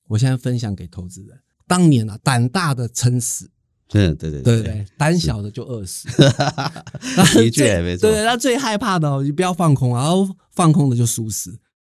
我现在分享给投资人。当年啊，胆大的撑死，对，胆小的就饿死。 的确没错。 对，他最害怕的你不要放空，然后放空的就输死。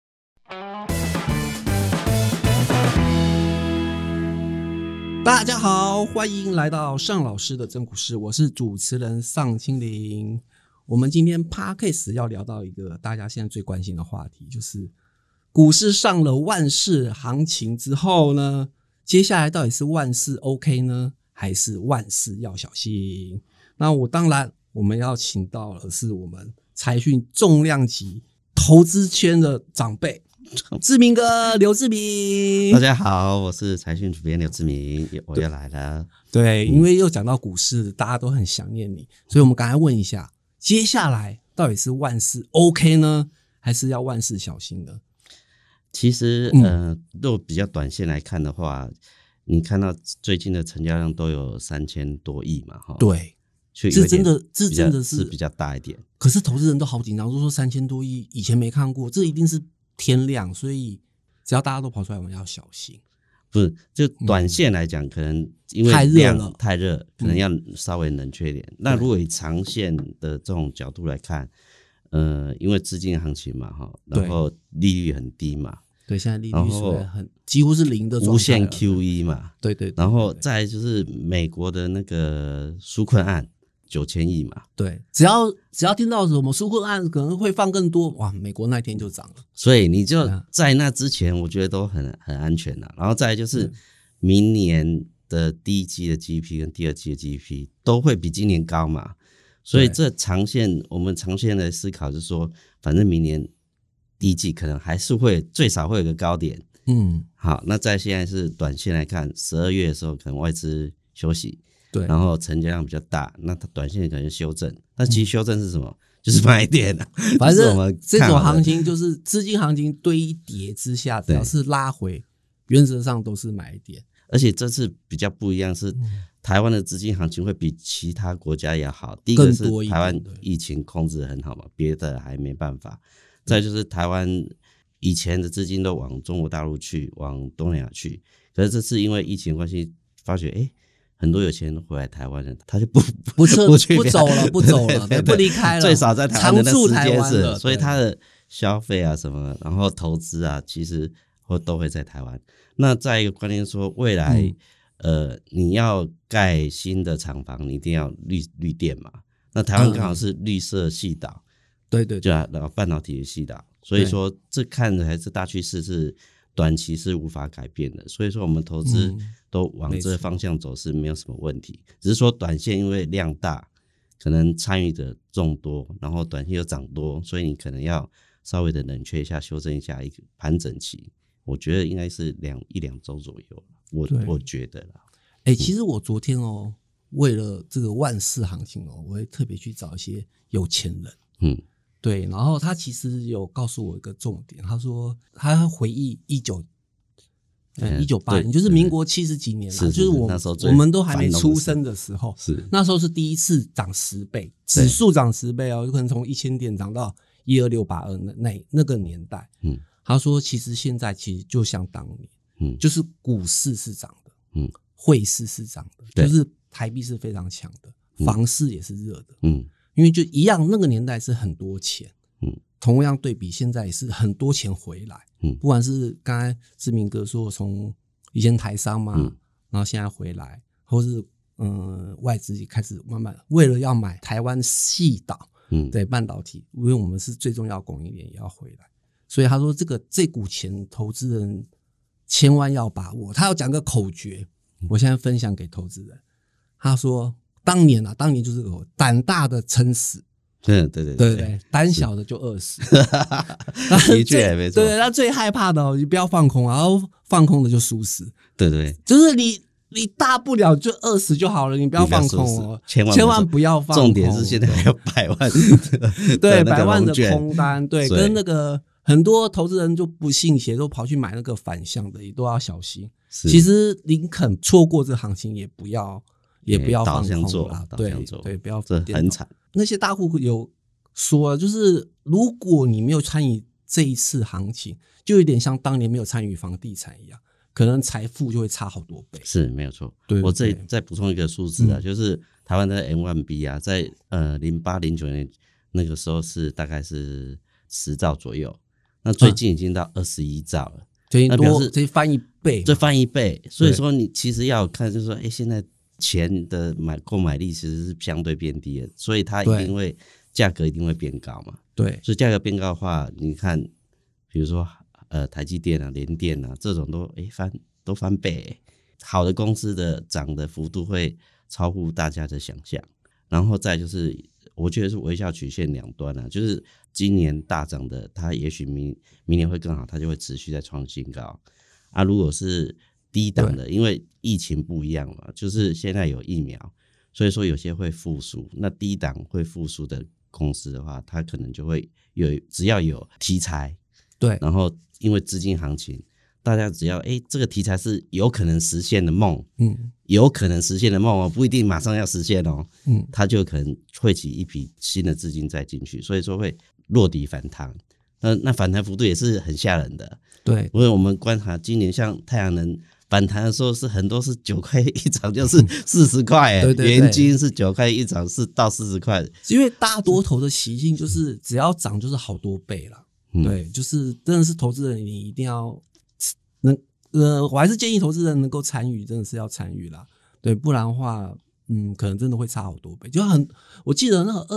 大家好，欢迎来到尚老师的真股市，我是主持人尚清林。我们今天 Podcast 要聊到一个大家现在最关心的话题，就是股市上了万事行情之后呢，接下来到底是万事 OK 呢，还是万事要小心？那我们要请到的是我们财讯重量级投资圈的长辈志明哥刘志明。 大家好，我是财讯主编刘志明，我又来了。 对，因为又讲到股市，大家都很想念你，所以我们赶快问一下，接下来到底是万事 OK 呢，还是要万事小心呢？ 其实如果比较短线来看的话，你看到最近的成交量都有3000多亿嘛， 对，这真的是比较大一点。 可是投资人都好紧张，都说3000多亿以前没看过，这一定是天量，所以只要大家都跑出来，我们要小心。 不是，就短线来讲，可能因为量太热，可能要稍微冷却一点。那如果以长线的这种角度来看，因为资金行情嘛，然后利率很低嘛， 对，现在利率几乎是零的状态， 无限 QE 嘛， 对， 然后再来就是美国的那个纾困案9000亿嘛， 对，只要听到什么纾困案可能会放更多，哇，美国那天就涨了， 所以你就在那之前，我觉得都很安全了。然后再来就是明年的第一季的 GDP 跟第二季的 GDP 都会比今年高嘛，所以这我们长线的思考就是说，反正明年第一季可能还是最少会有个高点。好，那在现在是短线来看，12月的时候可能外资休息。 对， 然后成交量比较大，那它短线可能修正，那其实修正是什么？就是买点啊。 反正这种行情就是资金行情堆叠之下，只要是拉回，原则上都是买点。 而且这次比较不一样是，台湾的资金行情会比其他国家也好。第一个是台湾疫情控制得很好嘛，别的还没办法。再就是台湾以前的资金都往中国大陆去，往东南亚去，可是这次因为疫情关系，发觉很多有钱人回来台湾人，他就不走了， 不离开了， 最少在台湾的那时间是， 所以他的消费啊什么，然后投资啊，其实都会在台湾。那再一个观念说，未来你要盖新的厂房，你一定要绿电嘛。那台湾刚好是绿色系岛， 对， 就半导体的系岛，所以说这看着还是大趋势，是短期是无法改变的。所以说我们投资都往这个方向走是没有什么问题，只是说短线因为量大，可能参与者众多，然后短线又涨多，所以你可能要稍微的冷却一下，修正一下一个盘整期。我觉得应该是一两周左右，我觉得啦。 其实我昨天为了这个万事行情我会特别去找一些有钱人，对，然后他其实有告诉我一个重点，他说他回忆1980年，就是民国70几年啦，就是我们都还没出生的时候，那时候是第一次涨10倍，指数涨10倍有可能从1000点涨到12682那个年代。他说其实现在其实就像当年，就是股市是涨的，汇市是涨的，就是台币是非常强的，房市也是热的，因为就一样，那个年代是很多钱，同样对比现在也是很多钱回来，不管是刚才志明哥说从以前台商嘛，然后现在回来，或是外资也开始慢慢为了要买台湾细岛，对半导体，因为我们是最重要的供应链也要回来，所以他说这股钱投资人千万要把握，他要讲个口诀，我现在分享给投资人，他说当年就是个胆大的撑死，对，胆小的就饿死。 的确没错， 对，他最害怕的你不要放空，然后放空的就输死。 对， 就是你大不了就饿死就好了，你不要放空千万不要放空。 重点是现在还有100万， 对，100万的空单，对，跟那个很多投资人就不信邪，都跑去买那个反向的，也都要小心。其实林肯错过这行情也不要放空啦，对，不要这很惨。 那些大户有说，就是如果你没有参与这一次行情，就有点像当年没有参与房地产一样， 可能财富就会差好多倍。 是没有错。 对， 我这里再补充一个数字啊，就是台湾的 M1B 啊，在08、09年那个时候是大概是10兆左右，那最近已经到21兆了， 那表示这翻一倍， 这翻一倍。所以说你其实要看，就是说，现在钱的购买力其实是相对变低的，所以它一定会价格一定会变高嘛。 对， 所以价格变高的话，你看，比如说台积电啊、联电啊这种都翻倍，好的公司的涨的幅度会超乎大家的想象。然后再就是，我觉得是微笑曲线两端啊，就是今年大涨的，它也许明年会更好，它就会持续在创新高啊。如果是低档的，因为疫情不一样嘛，就是现在有疫苗，所以说有些会复苏。那低档会复苏的公司的话，它可能就会只要有题材， 对， 然后因为资金行情，大家只要这个题材是有可能实现的梦，有可能实现的梦哦，不一定马上要实现哦，它就可能汇集一批新的资金再进去，所以说会落底反弹。那反弹幅度也是很吓人的， 对， 因为我们观察今年像太阳能反弹的时候是很多是9块一场，就是40块，元金是9块一场，是到40块， 因为大多头的习性就是只要涨就是好多倍啦。对，就是真的是投资人你一定要我还是建议投资人能够参与，真的是要参与啦。对，不然的话可能真的会差好多倍。我记得那个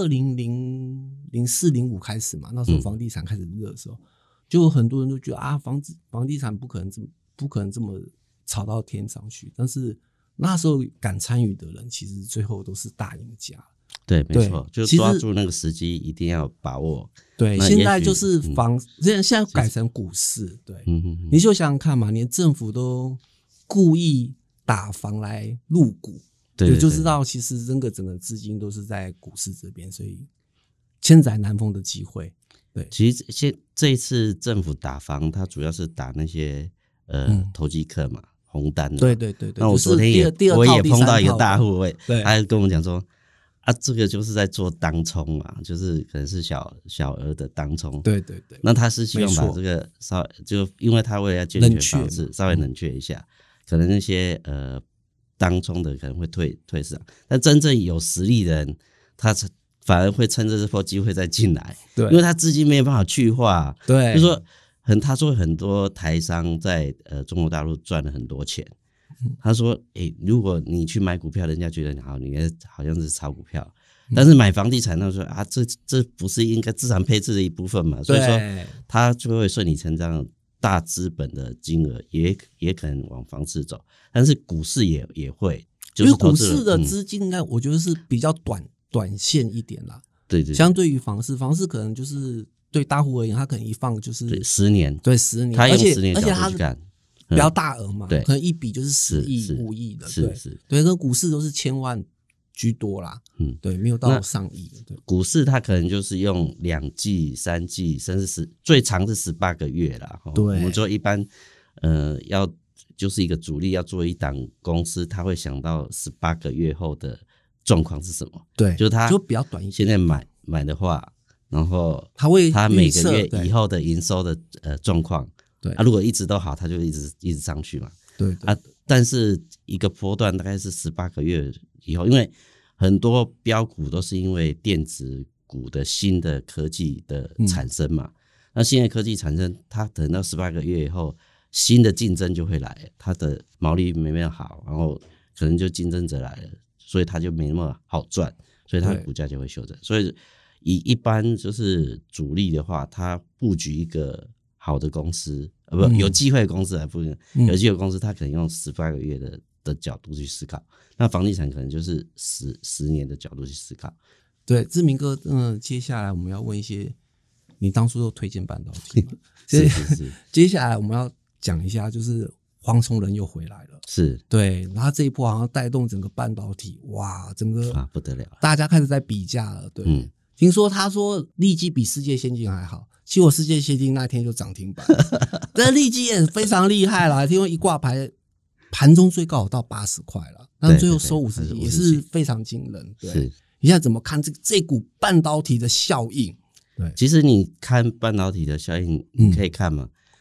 2004、05开始嘛，那时候房地产开始热的时候，就很多人都觉得房地产不可能这么炒到天上去，但是那时候敢参与的人，其实最后都是大赢家。 对，没错，就抓住那个时机，一定要把握。 对，现在就是现在改成股市。对，你就想想看嘛，连政府都故意打房来入股，对，就知道其实整个资金都是在股市这边，所以千载难逢的机会。对， 其实这一次政府打房，它主要是打那些投机客嘛，红单。 对。 那我昨天我也碰到一个大户，他跟我讲说。这个就是在做当冲嘛，就是可能是小额的当冲。 对。 那他是希望把这个就因为他为了要健全房子，稍微冷却一下，可能那些当冲的可能会退市场，但真正有实力的人，他反而会趁这波机会再进来。对，因为他资金没有办法去化。 对， 就是说他说很多台商在中国大陆赚了很多钱。他说如果你去买股票，人家觉得你好像是炒股票，但是买房地产他说这不是应该资产配置的一部分嘛，所以说他就会顺理成章，大资本的金额也可能往房市走，但是股市也会，就是因为股市的资金应该我觉得是比较短线一点啦。 对， 相对于房市可能就是对大户而言，他可能一放就是对10年， 对10年， 他用10年角度去干。 比较大额嘛， 对， 可能一笔就是10亿、5亿的，对，跟股市都是千万居多啦，对，没有到上亿。对， 股市它可能就是用2季、3季，甚至最长是18个月啦。对，我们说一般，就是一个主力要做一档公司，他会想到18个月后的状况是什么？ 对， 就是他就比较短一些。 现在买的话，然后他每个月以后的营收的状况。 对如果一直都好，它就一直上去嘛。 对但是一个波段大概是18个月以后，因为很多标股都是因为电子股的新的科技的产生嘛。那新的科技产生，它等到18个月以后，新的竞争就会来，它的毛利没那么好，然后可能就竞争者来了，所以它就没那么好赚，所以它的股价就会修正。所以一般就是主力的话，它布局一个好的公司，有机会的公司还不有机会的公司，他可能用18个月的角度去思考。那房地产可能就是10年的角度去思考。 对，志明哥，接下来我们要问一些，你当初都推荐半导体嘛？ 是。 接下来我们要讲一下，就是黄崇仁又回来了， 是对，然后这一波好像带动整个半导体，哇，整个不得了， 大家开始在比价了，对，听说他说利基比世界先进还好。其实我世界先进那天就涨停板，但利基也非常厉害啦，听说一挂牌盘中最高有到80块了，但最后收50几，也是非常惊人。对，你现在怎么看这股半导体的效应？对， 其实你看半导体的效应，你可以看嘛，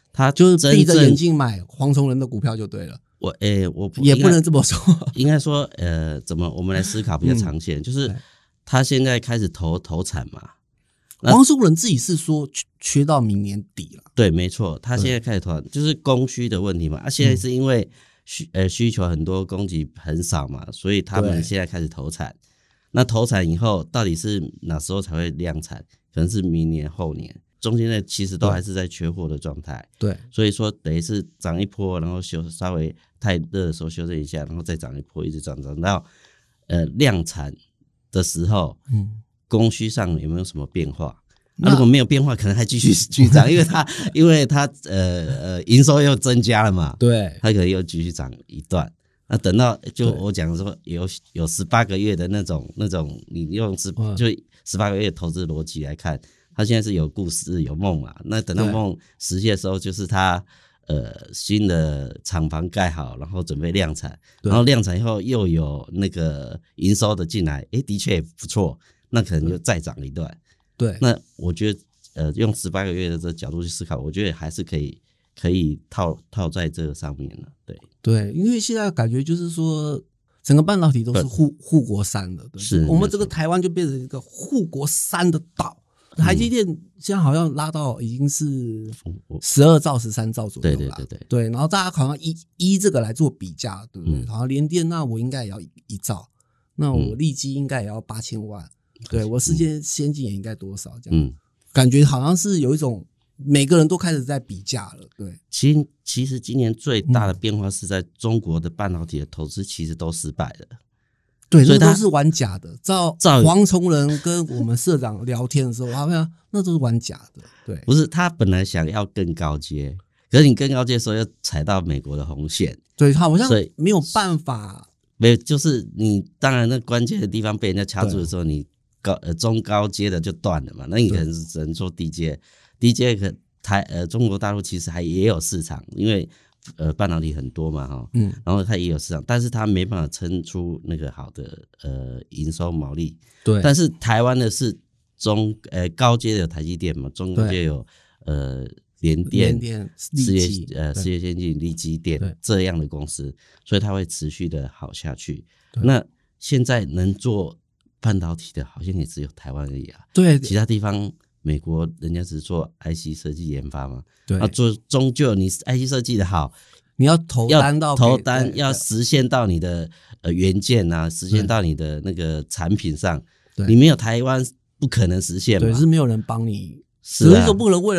他就是闭着眼睛买黄崇仁的股票就对了。 我也不能这么说， 应该说我们来思考比较长线，就是他现在开始投产嘛。 黄崇仁自己是说缺到明年底了。 对，没错，他现在开始投产，就是供需的问题嘛。现在是因为需求很多，供给很少嘛，所以他们现在开始投产。那投产以后，到底是哪时候才会量产？可能是明年后年。中间的其实都还是在缺货的状态， 对， 所以说等于是涨一波，然后稍微太热的时候修正一下，然后再涨一波，一直涨到量产的时候，供需上有没有什么变化？如果没有变化，可能还继续涨，因为它营收又增加了嘛， 对， 它可能又继续涨一段。那等到就我讲说有18个月的那种，你用就18个月投资逻辑来看。他现在是有故事有梦嘛？那等到梦实现的时候，就是他新的厂房盖好，然后准备量产，然后量产以后又有那个营收的进来，的确也不错，那可能就再涨一段。 对， 那我觉得用18个月的这个角度去思考，我觉得还是可以套在这个上面了。 对，因为现在感觉就是说，整个半导体都是护国山的，对，是我们这个台湾就变成一个护国山的岛。台积电现在好像拉到已经是12兆、13兆左右了，对，然后大家好像依这个来做比价，对不对？好像联电，那我应该也要1兆，那我力积应该也要8000万，对，我世界先进也应该多少这样？感觉好像是有一种每个人都开始在比价了，对。 其实今年最大的变化是在中国的半导体的投资其实都失败了。 对，那都是玩假的。照黄崇仁跟我们社长聊天的时候，好像那都是玩假的。对， 不是他本来想要更高阶，可是你更高阶的时候又踩到美国的红线， 对，他好像没有办法。 没有，就是你当然那关键的地方被人家掐住的时候，你中高阶的就断了嘛。那你可能是只能做低阶，中国大陆其实也有市场，因为。半导体很多嘛，然后它也有市场，但是它没办法撑出那个好的营收毛利。 对， 但是台湾的是高阶的有台积电嘛，中高阶有联电、世界先进、力积电这样的公司，所以它会持续的好下去。那现在能做半导体的，好像也只有台湾而已啊。 对， 其他地方。美国人家只是做 IC 设计研发嘛， 对， 终究你 IC 设计的好， 你要投单要实现到你的元件啊，实现到你的那个产品上，你没有台湾不可能实现嘛， 对，是没有人帮你，只是说不能为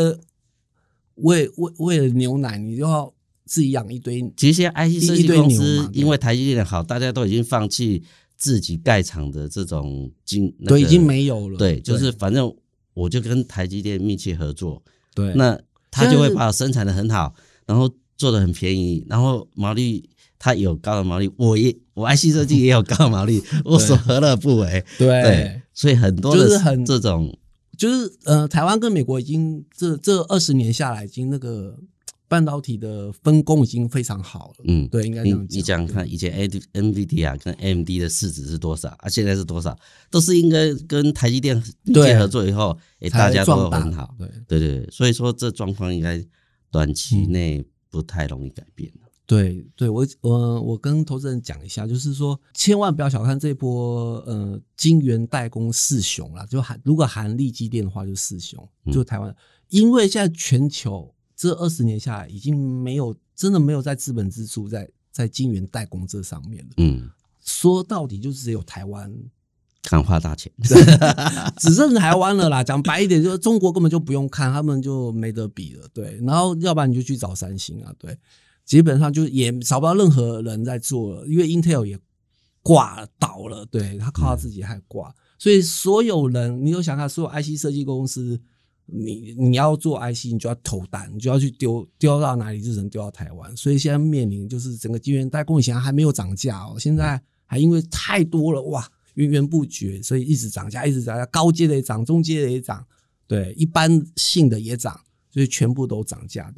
了牛奶，你就要自己养一堆。 其实现在 IC 设计公司因为台积电的好，大家都已经放弃自己盖厂的这种对，已经没有了， 对，就是反正。我就跟台积电密切合作，对，那他就会把我生产的很好，然后做的很便宜，然后毛利他有高的毛利，我 IC 设计也有高的毛利，我所何乐不为？对，所以很多的这种就是台湾跟美国已经这20年下来，已经那个半导体的分工已经非常好了。对，应该这样讲。 你想想看，以前 NVIDIA 跟 AMD 的市值是多少啊？现在是多少？都是应该跟台积电密切合作以后，大家都很好。对，所以说这状况应该短期内不太容易改变。 对，我跟投资人讲一下，就是说千万不要小看这波晶圆代工四雄啦，就如果含力积电的话，就四雄，就台湾，因为现在全球。这20年下来，已经真的没有在资本支出在晶圆代工这上面了。说到底就只有台湾敢花大钱， 只剩台湾了啦。讲白一点，就是中国根本就不用看，他们就没得比了。对，然后要不然你就去找三星啊，对，基本上就也找不到任何人在做了，因为 Intel 也挂了倒了，对，他靠他自己还挂，所以所有人，你有想看所有 IC 设计公司。你要做 IC， 你就要投单，你就要去丢到哪里，就只能丢到台湾。所以现在面临就是整个晶圆代工以前还没有涨价哦，现在还因为太多了哇，源源不绝，所以一直涨价，高阶的也涨，中阶的也涨，对，一般性的也涨，所以全部都涨价，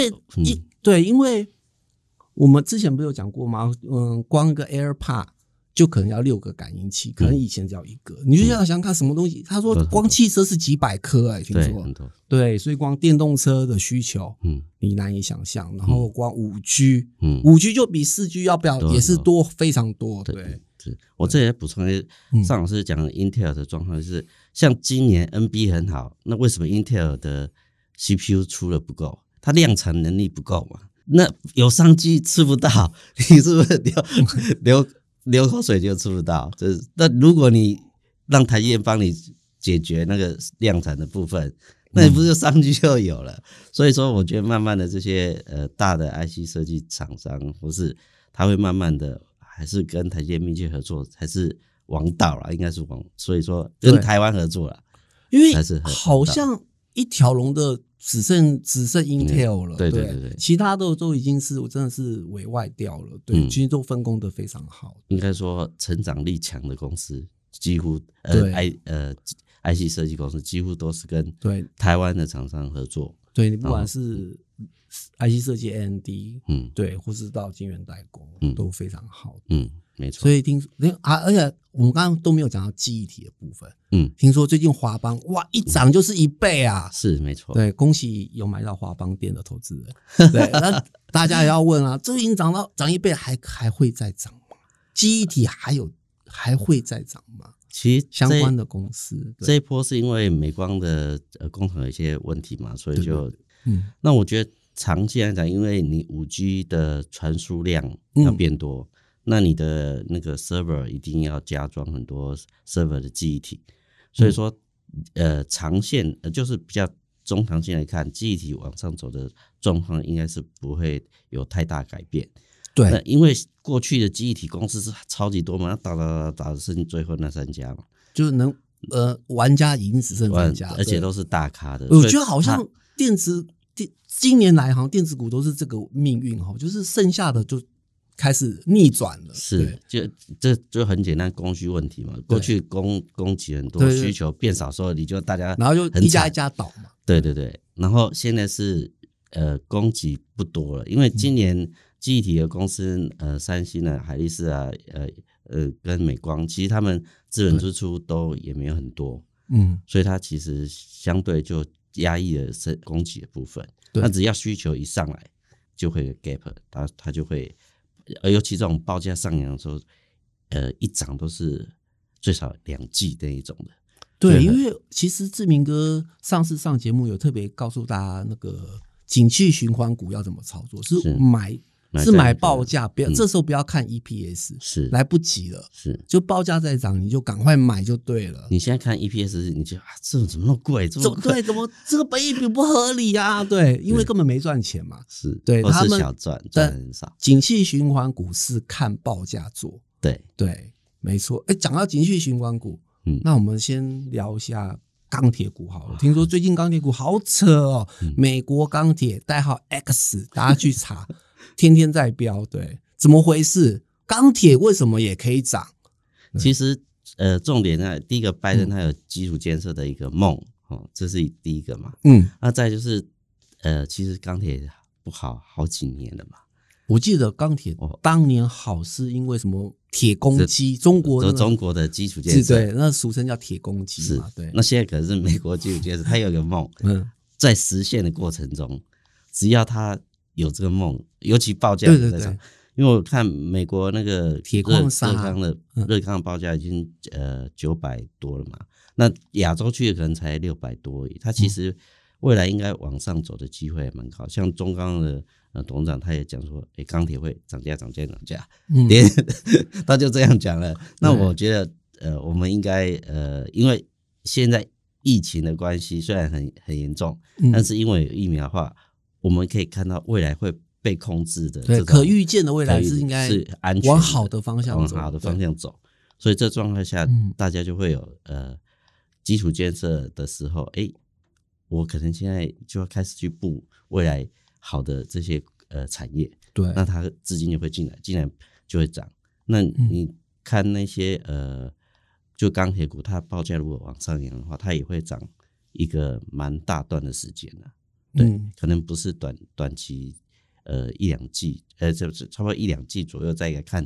对，因为我们之前不是有讲过吗？光一个 AirPod 就可能要6个感应器，可能以前只要1个。你就要想看什么东西，他说光汽车是几百颗听说，对，所以光电动车的需求，你难以想象。然后光5G，5G 就比4G 要不要也是多非常多，对。 我这也补充一下，尚老师讲 Intel 的状况就是像今年 NB 很好，那为什么 Intel 的 CPU 出了不够？它量产能力不够嘛？那有商机吃不到，你是不是流口水就吃不到？那如果你让台积电帮你解决那个量产的部分，那你不是商机就有了？所以说，我觉得慢慢的这些大的 IC 设计厂商，或是他会慢慢的还是跟台积电密切合作，才是王道啦，应该是所以说跟台湾合作啦， 因为好像一条龙的只剩 Intel 了， 对， 其他的都已经是真的是委外掉了，对，其实都分工的非常好。 应该说成长力强的公司，几乎IC 设计公司几乎都是跟台湾的厂商合作。 对，你不管是 IC 设计 AMD， 对，或是到晶圆代工，都非常好。 没错。 所以而且我们刚刚都没有讲到记忆体的部分。听说最近华邦哇一涨就是1倍啊， 是没错。 对，恭喜有买到华邦店的投资人。对，那大家也要问啊，这已经涨1倍，还会再涨吗？记忆体还会再涨吗？ 其实相关的公司这一波是因为美光的工厂有一些问题嘛，所以就那我觉得长期来讲，因为你5G 的传输量要变多，那你的那个 server 一定要加装很多 server 的记忆体，所以说长线就是比较中长线来看，记忆体往上走的状况应该是不会有太大改变。 对， 那因为过去的记忆体公司是超级多嘛，打剩最后那3家嘛， 就是能玩家已经只剩3家， 而且都是大咖的。 我觉得好像今年来好像电子股都是这个命运，就是剩下的就开始逆转了。 是，这就很简单，供需问题嘛。过去供给很多，需求变少的时候，你就大家然后就一家一家倒嘛。 对，然后现在是供给不多了，因为今年记忆体的公司三星啊、海力士啊、跟美光，其实他们资本支出都也没有很多，所以它其实相对就压抑了供给的部分。那只要需求一上来，就会有 gap， 它就会，尤其这种报价上扬的时候，一涨都是最少2季那一种的。 对，因为其实志明哥上次上节目有特别告诉大家，那个景气循环股要怎么操作，是买报价，这时候不要看 EPS， 是来不及了，是就报价在涨，你就赶快买就对了。 你现在看 EPS， 你就这种怎么那么贵？ 对，怎么这个本益比不合理啊？对，因为根本没赚钱嘛。 是， 对， 他们小赚很少。 景气循环股是看报价做，对，没错。讲到景气循环股，那我们先聊一下钢铁股好了。听说最近钢铁股好扯哦，美国钢铁代号 X， 大家去查。天天在飙，对，怎么回事？钢铁为什么也可以涨？ 其实，重点呢，第一个，拜登他有基础建设的一个梦，这是第一个嘛。那再就是，其实钢铁不好几年了嘛。 我记得钢铁当年好是因为什么铁公鸡，中国的基础建设， 对，那俗称叫铁公鸡嘛。对， 那现在可是美国基础建设，他有个梦，在实现的过程中，只要他有这个梦，尤其报价在涨，因为我看美国那个铁矿砂热钢的报价已经900多了嘛，那亚洲区的可能才600多而已，它其实未来应该往上走的机会还蛮高。像中钢的董事长他也讲说，钢铁会涨价，他就这样讲了。那我觉得我们应该因为现在疫情的关系虽然很严重，但是因为有疫苗的话，我们可以看到未来会被控制的， 对，可预见的未来是应该是安全， 往好的方向走，所以这状态下，大家就会有基础建设的时候，我可能现在就要开始去布未来好的这些产业， 对， 那它资金就会进来就会涨。那你看那些就钢铁股，它报价如果往上扬的话，它也会涨一个蛮大段的时间的。对，可能不是短期1-2季，差不多1-2季左右再来看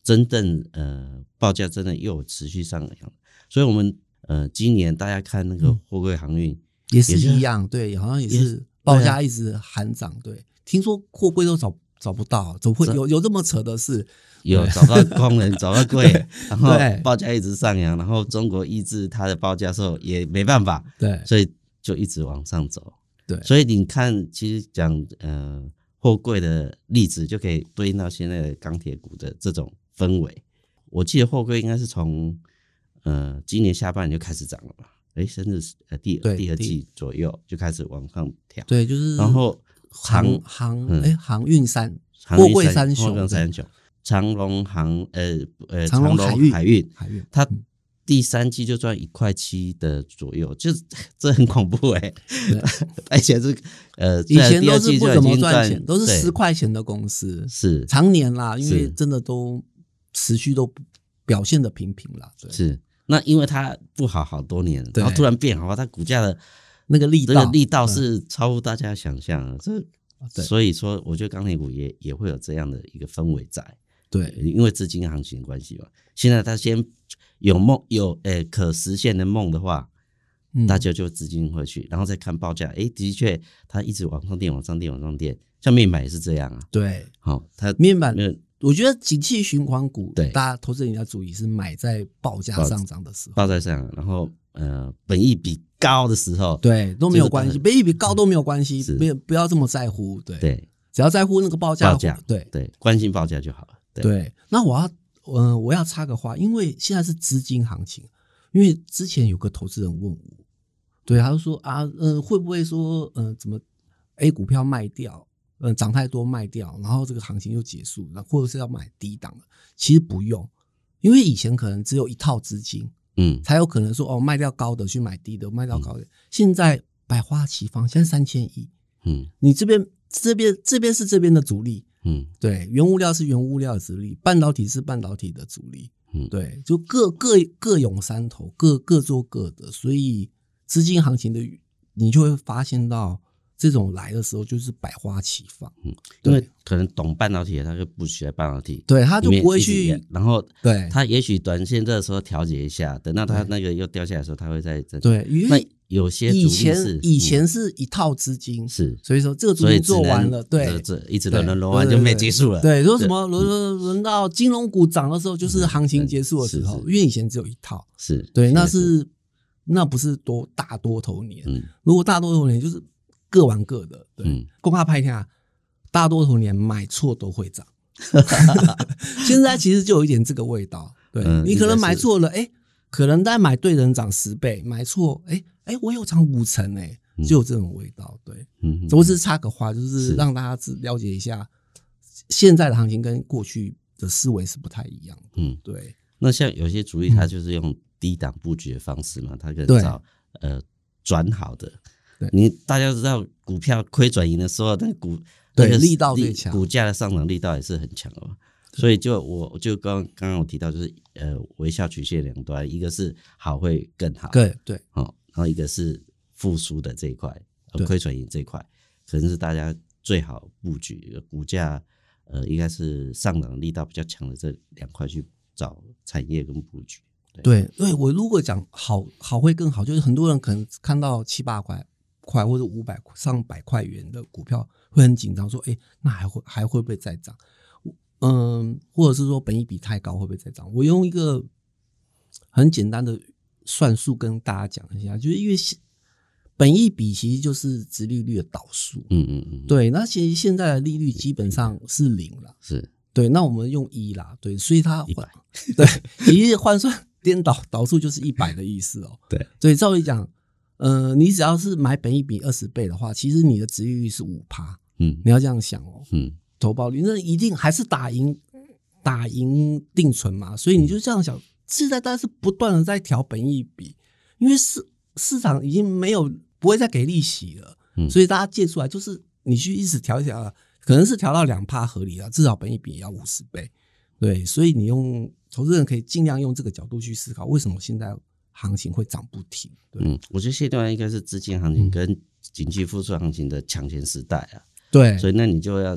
真正报价真的又有持续上扬，所以我们今年大家看那个货柜航运也是一样，对，好像也是报价一直喊涨，对，听说货柜都找不到，怎么会有这么扯的事？ 有找到工人，找到柜，然后报价一直上扬，然后中国抑制它的报价时候也没办法， 对， 所以就一直往上走， 对， 所以你看，其实讲货柜的例子就可以对应到现在的钢铁股的这种氛围。我记得货柜应该是从今年下半年就开始涨了吧？甚至第二季左右就开始往上跳。 对，就是然后航运货柜三雄， 长荣海运，它第3季就赚1.7块的左右，就是这很恐怖而且是以前都是不怎么赚钱，都是10块钱的公司， 是常年啦，因为真的都持续都表现的平平啦，对， 是。那因为它不好好多年，然后突然变好，它股价的那个力道是超乎大家想象的，所以说我觉得钢铁股也会有这样的一个氛围在， 对， 因为资金行情的关系嘛。现在它先有梦有可实现的梦的话，大家就资金会去，然后再看报价，的确它一直往上垫，像面板也是这样啊， 对， 好，它面板。我觉得景气循环股， 对大家投资人要注意，是买在报价上涨的时候， 报价上涨，然后本益比高的时候， 对，都没有关系，本益比高都没有关系，不要这么在乎，对，只要在乎那个报价， 对，关心报价就好了， 对。那我要插个话，因为现在是资金行情，因为之前有个投资人问我，对，他就说会不会说怎么 A 股票卖掉？涨太多卖掉，然后这个行情就结束了，或者是要买低档的，其实不用，因为以前可能只有一套资金，才有可能说卖掉高的去买低的，卖掉高的。现在百花齐放，现在3000亿，你这边是这边的主力，对，原物料是原物料的主力，半导体是半导体的主力，对，就各涌山头，各做各的，所以资金行情的你就会发现到。这种来的时候就是百花齐放， 因为可能懂半导体的他就布局在半导体， 对，他就不会去， 然后对， 他也许短线这个时候调节一下，等到他那个又掉下来的时候，他会再对， 那有些以前是一套资金， 是， 所以说这个主力做完了，对， 这一直轮完就没结束了， 对，说什么轮到金融股涨的时候，就是行情结束的时候，因为以前只有一套， 是对，那不是大多头年，如果大多头年就是。各玩各的，对，公开拍下，大多头年买错都会涨。现在其实就有一点这个味道，对，你可能买错了，可能在买对人涨10倍，买错，我有涨5成，就有这种味道，对，我只是插个话，就是让大家了解一下，现在的行情跟过去的思维是不太一样的，对。 那像有些主力，他就是用低档布局的方式嘛，他可能找转好的。大家知道股票亏转盈的时候，那力道最强， 股价的上涨力道也是很强的嘛。所以我就刚刚我提到，就是微笑曲线两端，一个是好会更好， 对， 然后一个是复苏的这一块，亏转盈这一块，可能是大家最好布局股价应该是上涨力道比较强的这2块去找产业跟布局。 对，我如果讲好会更好，就是很多人可能看到7-8块或者500上百块元的股票会很紧张，说那还会不会再涨？或者是说本益比太高会不会再涨？我用一个很简单的算术跟大家讲一下，就是因为本益比其实就是殖利率的导数，对，那其实现在的利率基本上是0了， 是对，那我们用1啦，对，所以它对，其实换算颠导数就是100的意思哦， 对， 所以照理讲。你只要是买本益比20倍的话，其实你的殖利率是5%，你要这样想哦，投报率那一定还是打赢定存嘛，所以你就这样想，现在大家是不断的在调本益比，因为市场已经不会再给利息了，所以大家借出来就是你去一直调一调，可能是调到2%合理了，至少本益比也要50倍，对，所以你投资人可以尽量用这个角度去思考，为什么现在行情会涨不停？对， 我觉得现段应该是资金行情跟景气复苏行情的抢钱时代啊。 对， 所以那你就要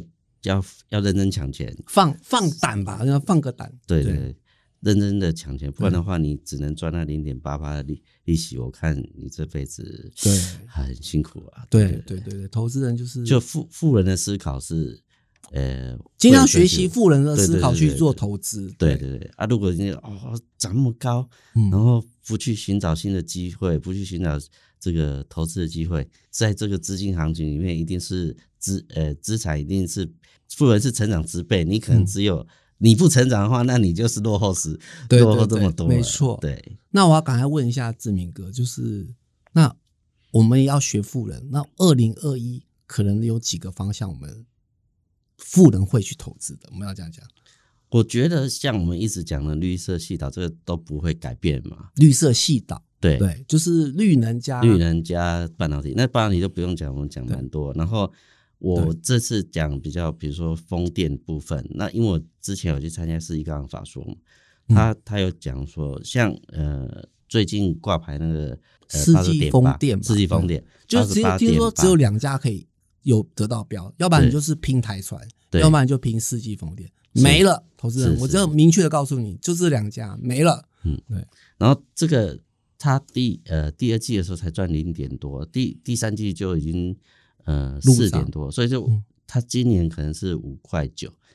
要认真抢钱， 放胆吧，要放个胆。 对，认真的抢钱，不然的话你只能赚那 0.88% 的利息，我看你这辈子对很辛苦啊。 对，投资人就富人的思考是尽量学习富人的思考去做投资。 对啊，如果你涨那么高，然后不去寻找新的机会，不去寻找这个投资的机会，在这个资金行情里面，一定是资产一定是富人是成长10倍，你可能只有你不成长的话，那你就是落后这么多了。 没错， 对。 那我要赶快问一下志明哥，就是那我们也要学富人，那2021可能有几个方向我们富人会去投资的，我们要这样讲。 我觉得像我们一直讲的绿色系岛，这个都不会改变嘛。 绿色系岛， 对， 就是绿能加半导体。那半导体就不用讲，我们讲蛮多。然后我这次讲比如说风电部分，那因为我之前有去参加世纪钢法说嘛，他有讲说，像最近挂牌那个世纪风电，就听说只有2家可以有得到标，要不然你就是拼台船，要不然就拼世纪风电，没了。投资人，我只有明确的告诉你，就这2家没了。对。 然后这个他第2季的时候才赚0点多，第3季就已经4点多，所以就他今年可能是5.9块，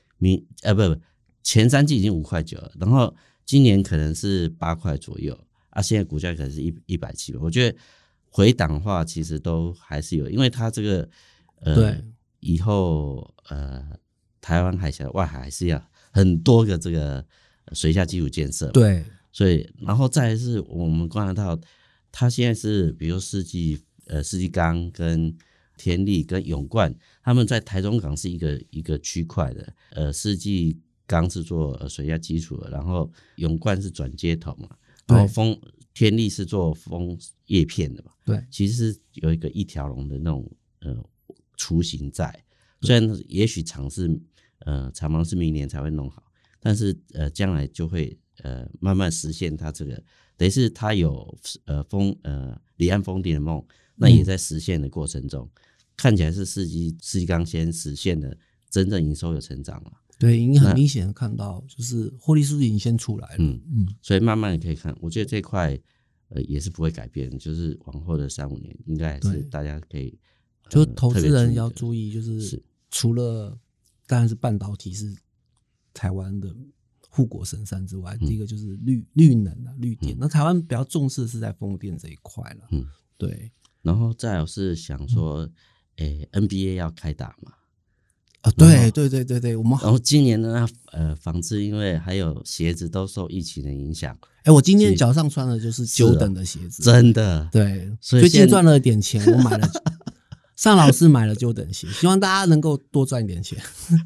前3季已经5.9块了，然后今年可能是8块左右啊，现在股价可能是170。我觉得回档的话，其实都还是有，因为它这个对以后台湾海峡外海还是要很多个这个水下基础建设， 对， 所以然后再来是我们观察到，它现在是比如世纪钢跟天力跟永冠，他们在台中港是一个区块的，世纪钢是做水下基础的，然后永冠是转接头嘛，然后天力是做风叶片的嘛， 对， 其实是有一条龙的那种雏形在，虽然也许厂房是明年才会弄好，但是将来就会慢慢实现它这个，等于是它有离岸风电的梦，那也在实现的过程中，看起来是世纪钢先实现了真正营收有成长了。 对，已经很明显的看到，就是获利数字已经先出来了。 所以慢慢的可以看，我觉得这块也是不会改变，就是往后的3-5年，应该还是大家可以就投资人要注意，就是除了当然是半导体是台湾的护国神山之外，第一个就是绿能啊，绿电。那台湾比较重视的是在风电这一块了。对。 然后再有是想说，NBA 要开打嘛。 对，我们然后今年呢，纺织因为还有鞋子都受疫情的影响。 我今天脚上穿的就是Jordan的鞋子， 真的。 对，最近赚了点钱，我买了尚老师买了Jordan鞋，希望大家能够多赚一点钱。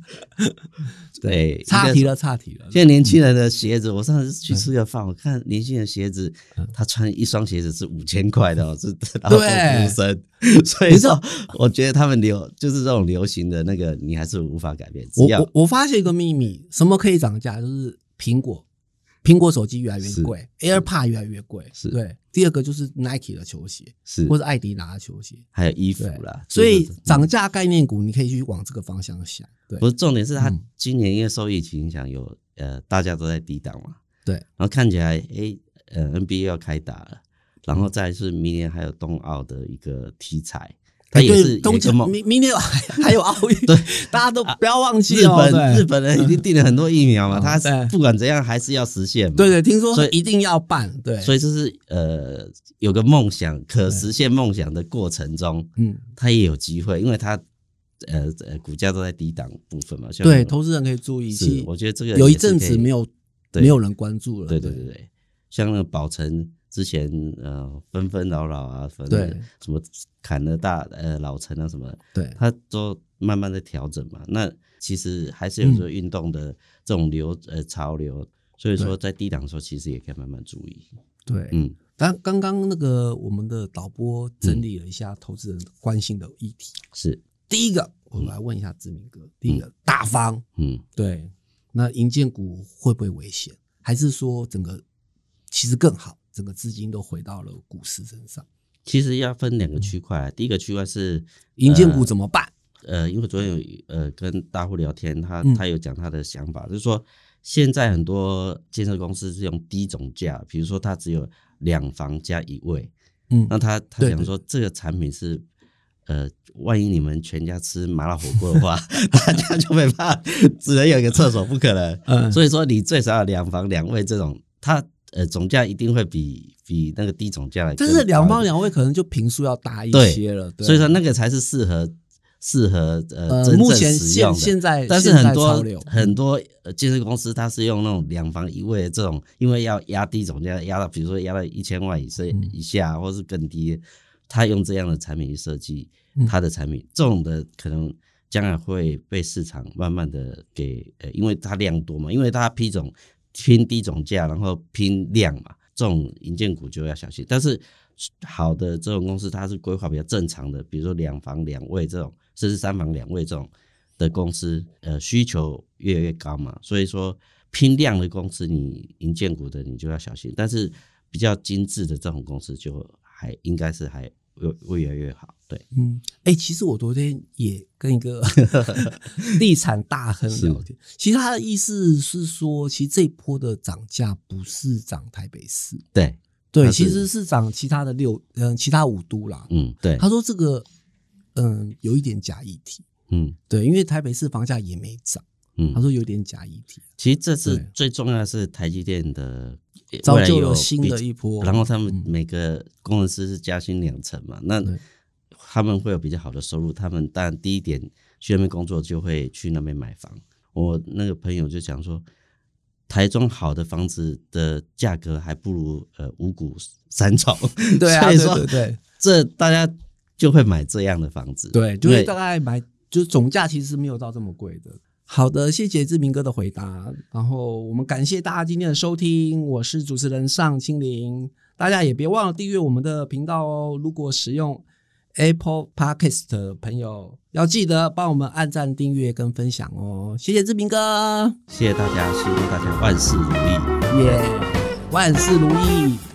对， 岔题了。 现在年轻人的鞋子，我上次去吃个饭，我看年轻人鞋子，他穿一双鞋子是5000块的，是劳动服生。所以说，我觉得他们就是这种流行的那个，你还是无法改变。 我发现一个秘密，什么可以涨价？就是苹果手机越来越贵 ，AirPod 越来越贵。对。第二个就是 Nike 的球鞋，或者艾迪达的球鞋， 还有衣服啦。 所以涨价概念股，你可以去往这个方向想。对， 不是重点是它今年因为受疫情影响，有大家都在低档嘛。 对， 然后看起来NBA 要开打了，然后再是明年还有冬奥的一个题材。它也是有一个梦， 明年还有奥运， 对， 大家都不要忘记日本人已经订了很多疫苗嘛，他不管怎样还是要实现嘛。 对，听说一定要办，对， 所以这是有个梦想，可实现梦想的过程中，他也有机会，因为他股价都在低档部分嘛。 对，投资人可以注意， 是我觉得这个有一阵子没有人关注了， 对，像那个宝成。之前纷扰啊， 对， 什么砍了老陈啊什么， 对， 他都慢慢在调整嘛。那其实还是有时候运动的这种潮流，所以说在低档的时候，其实也可以慢慢注意。 对，但刚刚那个我们的导播整理了一下投资人关心的议题， 是第一个，我来问一下志明哥，第一个大方，对，那营建股会不会危险，还是说整个其实更好？整个资金都回到了股市身上。 其实要分2个区块，第一个区块是营建股怎么办？ 因为昨天有跟大户聊天，他有讲他的想法，就是说现在很多建设公司是用低总价，比如说他只有2房加1卫，那他讲说这个产品是万一你们全家吃麻辣火锅的话，大家就没办法，只能有一个厕所，不可能。所以说你最少有2房2卫这种，它总价一定会比那个低总价来， 但是2房2卫可能就坪数要大一些了， 对，所以说那个才是适合真正使用的。 现在但是很多建设公司它是用那种2房1卫的这种，因为要压低总价，压到比如说压到1000万以下，或是更低，他用这样的产品去设计他的产品，这种的可能将来会被市场慢慢的给因为它量多嘛，因为它拼低总价，然后拼量嘛，这种营建股就要小心。但是好的这种公司，它是规划比较正常的，比如说2房2卫这种，甚至3房2卫这种的公司，需求越来越高嘛，所以说拼量的公司，你营建股的你就要小心。但是比较精致的这种公司，就应该是还会越来越好。对， 其实我昨天也跟一个地产大亨聊天，其实他的意思是说，其实这一波的涨价不是涨台北市， 对， 其实是涨其他的其他5都啦。 对， 他说这个有一点假议题，对，因为台北市房价也没涨，他说有点假议题。 其实这次最重要的是台积电的造就了新的一波， 然后他们每个工程师是加薪2成嘛，那他们会有比较好的收入，他们当然第一点去那边工作就会去那边买房。我那个朋友就讲说，台中好的房子的价格还不如五股3重， 对啊， 所以说对， 这大家就会买这样的房子， 对，就会大概买，就是总价其实没有到这么贵的。好的，谢谢志明哥的回答，然后我们感谢大家今天的收听，我是主持人尚清林，大家也别忘了订阅我们的频道哦。如果使用 Apple Podcast 的朋友，要记得帮我们按赞、订阅跟分享哦。谢谢志明哥， 谢谢大家，希望大家万事如意， 万事如意。